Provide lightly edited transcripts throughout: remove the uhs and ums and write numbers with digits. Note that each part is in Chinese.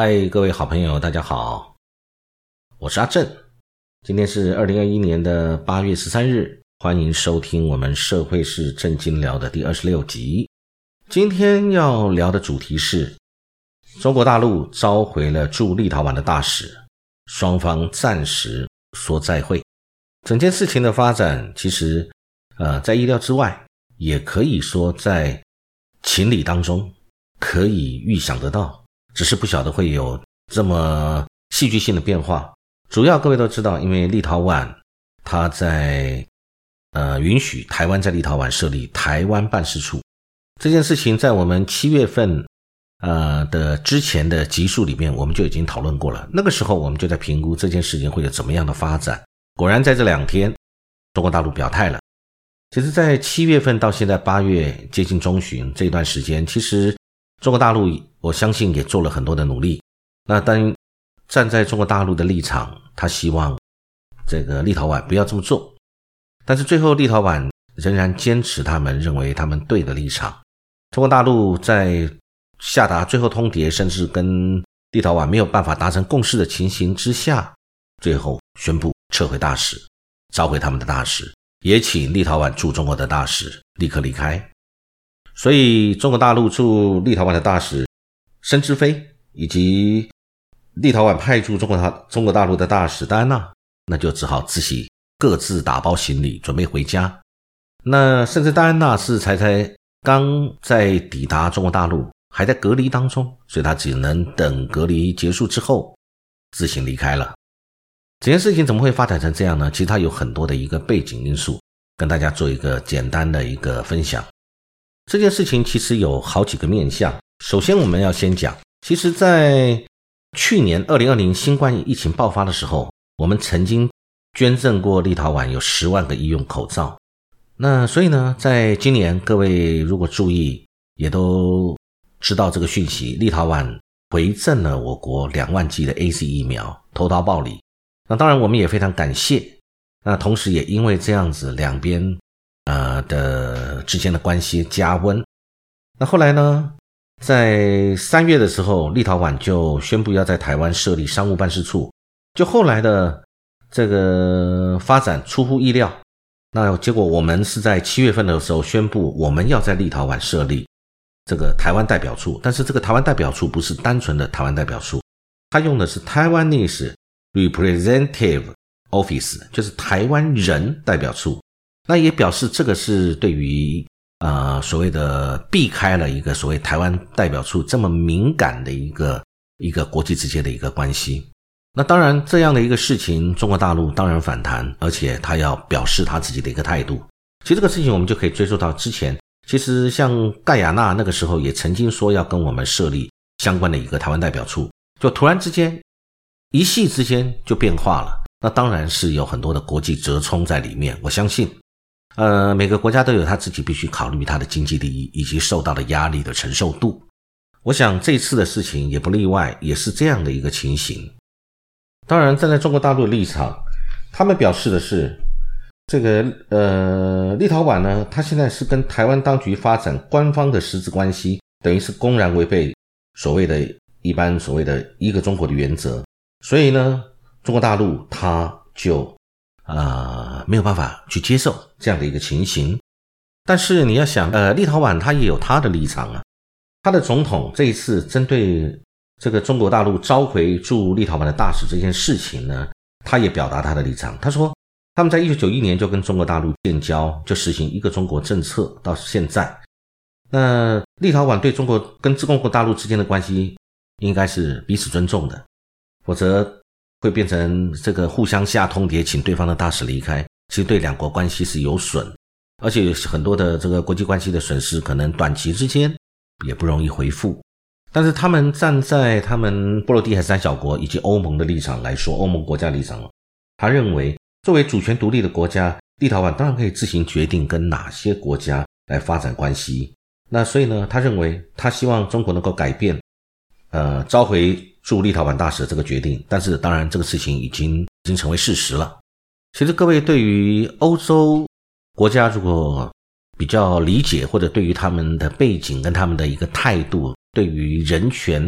嗨，各位好朋友，大家好，我是阿正。今天是2021年的8月13日，欢迎收听我们社会事正经聊的第26集。今天要聊的主题是中国大陆召回了驻立陶宛的大使，双方暂时说再会。整件事情的发展其实在意料之外，也可以说在情理当中，可以预想得到，只是不晓得会有这么戏剧性的变化。主要各位都知道，因为立陶宛它在允许台湾在立陶宛设立台湾办事处，这件事情在我们7月份的之前的集数里面我们就已经讨论过了。那个时候我们就在评估这件事情会有怎么样的发展。果然在这2天中国大陆表态了。其实在7月份到现在8月接近中旬这段时间，其实中国大陆我相信也做了很多的努力。那当站在中国大陆的立场，他希望这个立陶宛不要这么做，但是最后立陶宛仍然坚持他们认为他们对的立场。中国大陆在下达最后通牒，甚至跟立陶宛没有办法达成共识的情形之下，最后宣布撤回大使，召回他们的大使，也请立陶宛驻中国的大使立刻离开。所以中国大陆驻立陶宛的大使申之飞，以及立陶宛派驻中国大陆的大使戴安娜，那就只好自己各自打包行李准备回家。那甚至戴安娜是才刚在抵达中国大陆，还在隔离当中，所以他只能等隔离结束之后自行离开了。整件事情怎么会发展成这样呢？其实它有很多的一个背景因素，跟大家做一个简单的一个分享。这件事情其实有好几个面向。首先我们要先讲，其实在去年2020新冠疫情爆发的时候，我们曾经捐赠过立陶宛有10万个医用口罩。那所以呢，在今年各位如果注意也都知道这个讯息，立陶宛回赠了我国2万剂的 AZ 疫苗，投桃报李。那当然我们也非常感谢。那同时也因为这样子两边的之间的关系加温。那后来呢，在3月的时候，立陶宛就宣布要在台湾设立商务办事处。就后来的这个发展出乎意料，那结果我们是在7月份的时候宣布我们要在立陶宛设立这个台湾代表处。但是这个台湾代表处不是单纯的台湾代表处，它用的是 Taiwanese Representative Office， 就是台湾人代表处。那也表示这个是对于所谓的避开了一个所谓台湾代表处这么敏感的一个国际之间的一个关系。那当然这样的一个事情，中国大陆当然反弹，而且他要表示他自己的一个态度。其实这个事情我们就可以追溯到之前，其实像盖亚纳那个时候也曾经说要跟我们设立相关的一个台湾代表处，就突然之间一夕之间就变化了。那当然是有很多的国际折冲在里面，我相信每个国家都有他自己必须考虑他的经济利益以及受到的压力的承受度。我想这次的事情也不例外，也是这样的一个情形。当然站在中国大陆的立场，他们表示的是这个立陶宛呢，他现在是跟台湾当局发展官方的实质关系，等于是公然违背所谓的一般所谓的一个中国的原则。所以呢，中国大陆他就没有办法去接受这样的一个情形。但是你要想立陶宛他也有他的立场啊。他的总统这一次针对这个中国大陆召回驻立陶宛的大使这件事情呢，他也表达他的立场。他说他们在1991年就跟中国大陆建交，就实行一个中国政策到现在。那立陶宛对中国跟中国大陆之间的关系应该是彼此尊重的，否则会变成这个互相下通牒请对方的大使离开，其实对两国关系是有损，而且有很多的这个国际关系的损失可能短期之间也不容易恢复。但是他们站在他们波罗的海3小国以及欧盟的立场来说，欧盟国家立场，他认为作为主权独立的国家，立陶宛当然可以自行决定跟哪些国家来发展关系。那所以呢，他认为他希望中国能够改变召回驻立陶宛大使的这个决定。但是当然这个事情已经成为事实了。其实各位对于欧洲国家如果比较理解，或者对于他们的背景跟他们的一个态度，对于人权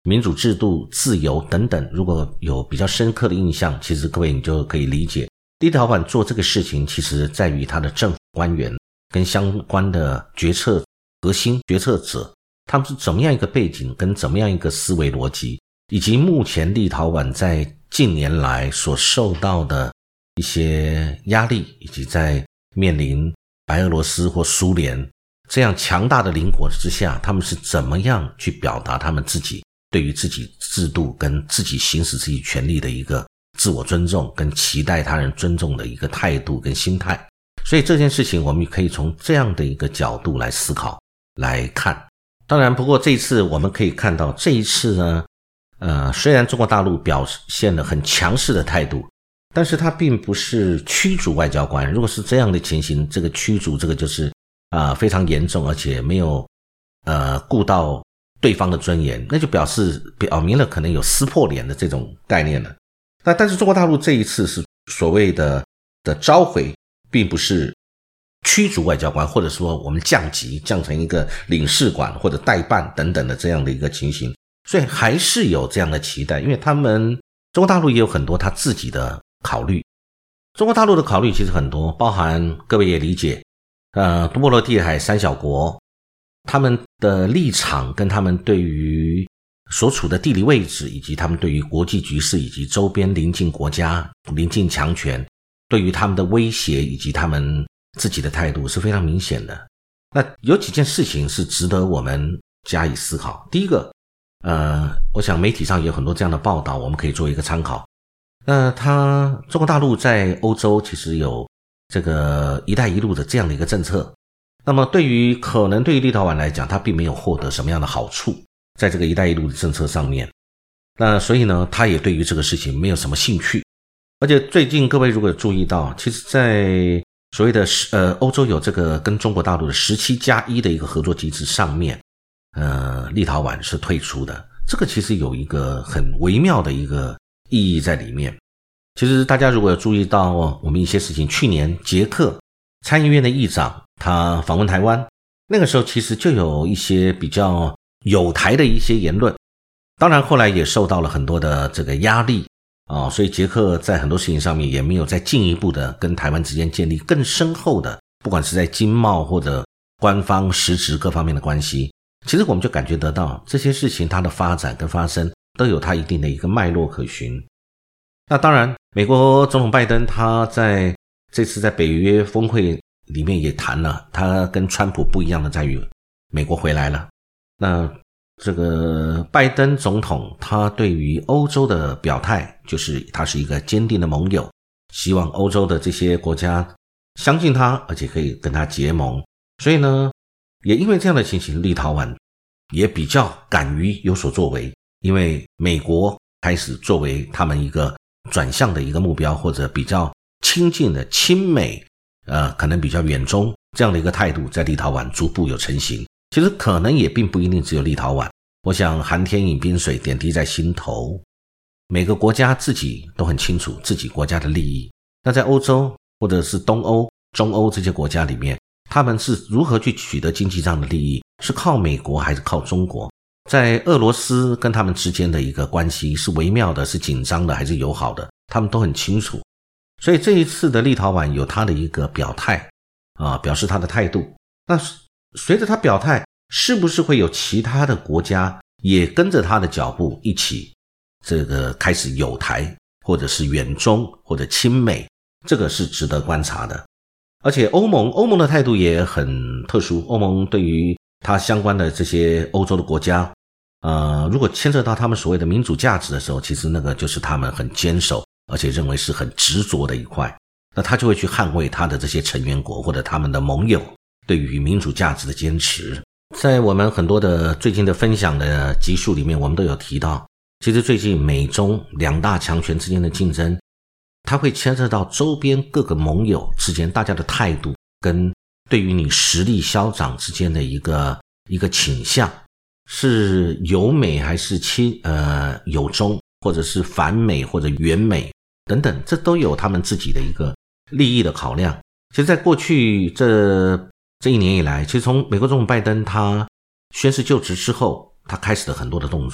民主制度、自由等等，如果有比较深刻的印象，其实各位你就可以理解，立陶宛做这个事情其实在于他的政府官员跟相关的核心决策者，他们是怎么样一个背景跟怎么样一个思维逻辑，以及目前立陶宛在近年来所受到的一些压力，以及在面临白俄罗斯或苏联这样强大的邻国之下，他们是怎么样去表达他们自己对于自己制度跟自己行使自己权利的一个自我尊重跟期待他人尊重的一个态度跟心态。所以这件事情我们可以从这样的一个角度来思考来看。当然不过这一次我们可以看到，这一次呢虽然中国大陆表现了很强势的态度，但是它并不是驱逐外交官。如果是这样的情形，这个驱逐这个就是非常严重，而且没有顾到对方的尊严，那就表明了可能有撕破脸的这种概念了。但是中国大陆这一次是所谓的召回，并不是驱逐外交官，或者说我们降级降成一个领事馆或者代办等等的这样的一个情形，所以还是有这样的期待，因为中国大陆也有很多他自己的考虑。中国大陆的考虑其实很多，包含各位也理解波罗的海三小国他们的立场跟他们对于所处的地理位置，以及他们对于国际局势以及周边邻近国家邻近强权对于他们的威胁以及他们自己的态度是非常明显的。那有几件事情是值得我们加以思考。第一个我想媒体上也有很多这样的报道，我们可以做一个参考。中国大陆在欧洲其实有这个一带一路的这样的一个政策，那么可能对于立陶宛来讲，他并没有获得什么样的好处在这个一带一路的政策上面，那所以呢他也对于这个事情没有什么兴趣。而且最近各位如果有注意到，其实在所谓的欧洲有这个跟中国大陆的17+1的一个合作机制上面，立陶宛是退出的。这个其实有一个很微妙的一个意义在里面。其实大家如果有注意到我们一些事情，去年捷克参议院的议长他访问台湾，那个时候其实就有一些比较友台的一些言论，当然后来也受到了很多的这个压力所以捷克在很多事情上面也没有再进一步的跟台湾之间建立更深厚的，不管是在经贸或者官方实质各方面的关系。其实我们就感觉得到这些事情它的发展跟发生都有它一定的一个脉络可循。那当然美国总统拜登他在这次在北约峰会里面也谈了，他跟川普不一样的在于美国回来了。那这个拜登总统他对于欧洲的表态就是他是一个坚定的盟友，希望欧洲的这些国家相信他，而且可以跟他结盟。所以呢也因为这样的情形，立陶宛也比较敢于有所作为，因为美国开始作为他们一个转向的一个目标，或者比较亲近的亲美可能比较远中这样的一个态度在立陶宛逐步有成型。其实可能也并不一定只有立陶宛，我想寒天饮冰水，点滴在心头，每个国家自己都很清楚自己国家的利益。那在欧洲或者是东欧、中欧这些国家里面，他们是如何去取得经济上的利益，是靠美国还是靠中国？在俄罗斯跟他们之间的一个关系是微妙的，是紧张的还是友好的，他们都很清楚。所以这一次的立陶宛有他的一个表态表示他的态度。那随着他表态，是不是会有其他的国家也跟着他的脚步一起这个开始友台，或者是远中或者亲美，这个是值得观察的。而且欧盟的态度也很特殊，欧盟对于它相关的这些欧洲的国家如果牵涉到他们所谓的民主价值的时候，其实那个就是他们很坚守而且认为是很执着的一块，那他就会去捍卫他的这些成员国或者他们的盟友对于民主价值的坚持。在我们很多的最近的分享的集数里面，我们都有提到，其实最近美中两大强权之间的竞争，它会牵涉到周边各个盟友之间大家的态度跟对于你实力消长之间的一个倾向，是友美还是友中，或者是反美或者远美等等，这都有他们自己的一个利益的考量。其实在过去这一年以来，其实从美国总统拜登他宣誓就职之后，他开始了很多的动作，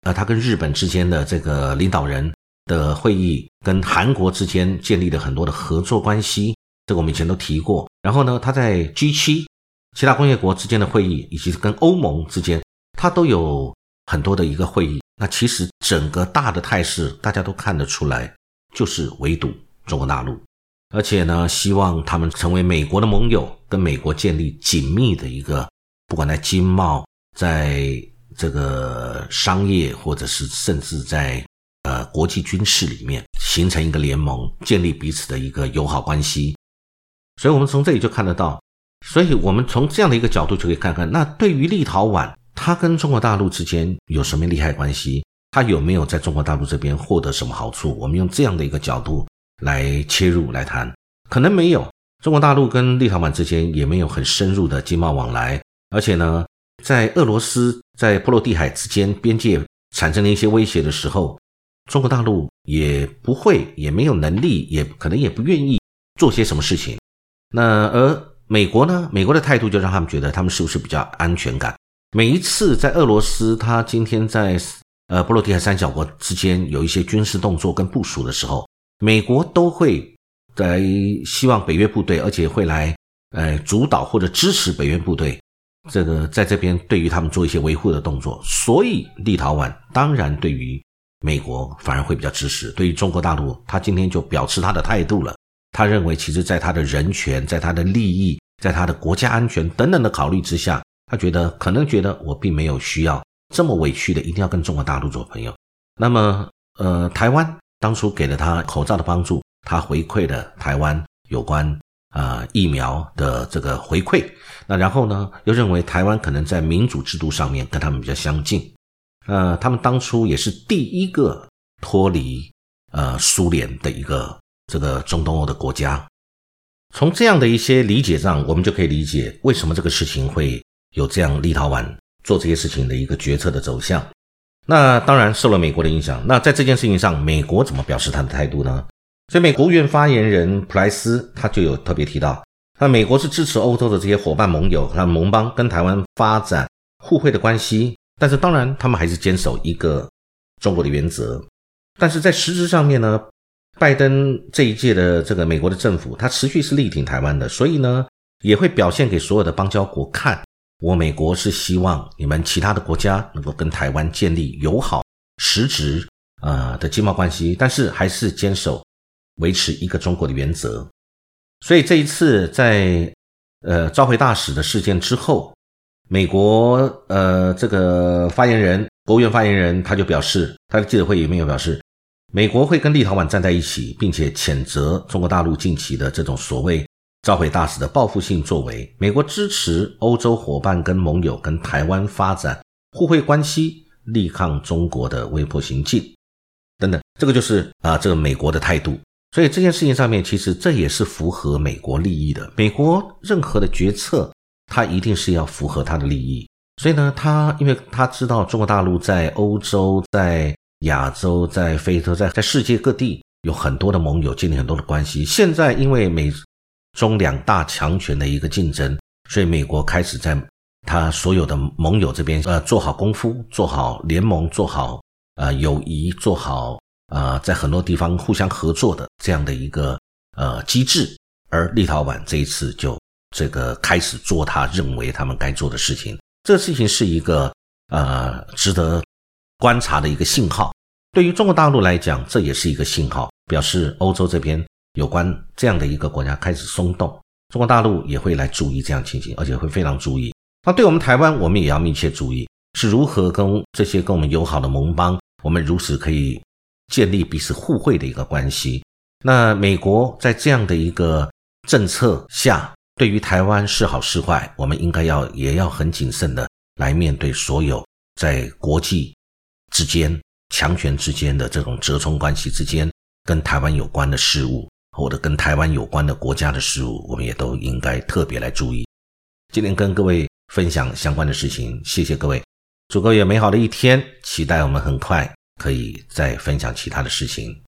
他跟日本之间的这个领导人的会议，跟韩国之间建立了很多的合作关系，这个我们以前都提过。然后呢，他在 G7 其他工业国之间的会议，以及跟欧盟之间，他都有很多的一个会议。那其实整个大的态势大家都看得出来，就是围堵中国大陆，而且呢，希望他们成为美国的盟友，跟美国建立紧密的一个，不管在经贸，在这个商业，或者是甚至在国际军事里面形成一个联盟，建立彼此的一个友好关系。所以我们从这里就看得到，所以我们从这样的一个角度就可以看看，那对于立陶宛，它跟中国大陆之间有什么利害关系，它有没有在中国大陆这边获得什么好处，我们用这样的一个角度来切入来谈。可能没有，中国大陆跟立陶宛之间也没有很深入的经贸往来，而且呢，在俄罗斯在波罗的海之间边界产生了一些威胁的时候，中国大陆也不会，也没有能力，也可能也不愿意做些什么事情。那而美国呢，美国的态度就让他们觉得他们是不是比较安全感。每一次在俄罗斯他今天在波罗的海三小国之间有一些军事动作跟部署的时候，美国都会来希望北约部队，而且会来主导或者支持北约部队这个在这边对于他们做一些维护的动作。所以立陶宛当然对于美国反而会比较支持，对于中国大陆他今天就表示他的态度了，他认为其实在他的人权，在他的利益，在他的国家安全等等的考虑之下，他可能觉得我并没有需要这么委屈的一定要跟中国大陆做朋友。那么台湾当初给了他口罩的帮助，他回馈了台湾有关疫苗的这个回馈，那然后呢又认为台湾可能在民主制度上面跟他们比较相近。他们当初也是第一个脱离苏联的一个这个中东欧的国家。从这样的一些理解上，我们就可以理解为什么这个事情会有这样立陶宛做这些事情的一个决策的走向。那当然受了美国的影响，那在这件事情上美国怎么表示他的态度呢？所以美国务院发言人普莱斯他就有特别提到，那美国是支持欧洲的这些伙伴盟友和盟邦跟台湾发展互惠的关系，但是当然他们还是坚守一个中国的原则。但是在实质上面呢，拜登这一届的这个美国的政府他持续是力挺台湾的，所以呢也会表现给所有的邦交国看，我美国是希望你们其他的国家能够跟台湾建立友好实质的经贸关系，但是还是坚守维持一个中国的原则。所以这一次在召回大使的事件之后，美国这个发言人，国务院发言人他就表示，他的记者会里面有表示，美国会跟立陶宛站在一起，并且谴责中国大陆近期的这种所谓召回大使的报复性作为。美国支持欧洲伙伴跟盟友跟台湾发展互惠关系，力抗中国的威迫行径等等，这个就是这个美国的态度。所以这件事情上面其实这也是符合美国利益的，美国任何的决策它一定是要符合它的利益。所以呢因为他知道中国大陆在欧洲，在亚洲，在非洲，在世界各地有很多的盟友，建立很多的关系。现在因为美中两大强权的一个竞争，所以美国开始在他所有的盟友这边做好功夫，做好联盟，做好友谊，做好在很多地方互相合作的这样的一个机制。而立陶宛这一次就这个开始做他认为他们该做的事情，这个事情是一个值得观察的一个信号。对于中国大陆来讲，这也是一个信号，表示欧洲这边有关这样的一个国家开始松动，中国大陆也会来注意这样情形，而且会非常注意。那对我们台湾，我们也要密切注意，是如何跟这些跟我们友好的盟邦，我们如此可以建立彼此互惠的一个关系。那美国在这样的一个政策下，对于台湾是好是坏，我们应该也要很谨慎的来面对所有在国际之间强权之间的这种折冲关系之间跟台湾有关的事物，或者跟台湾有关的国家的事物，我们也都应该特别来注意。今天跟各位分享相关的事情，谢谢各位，祝各位有美好的一天，期待我们很快可以再分享其他的事情。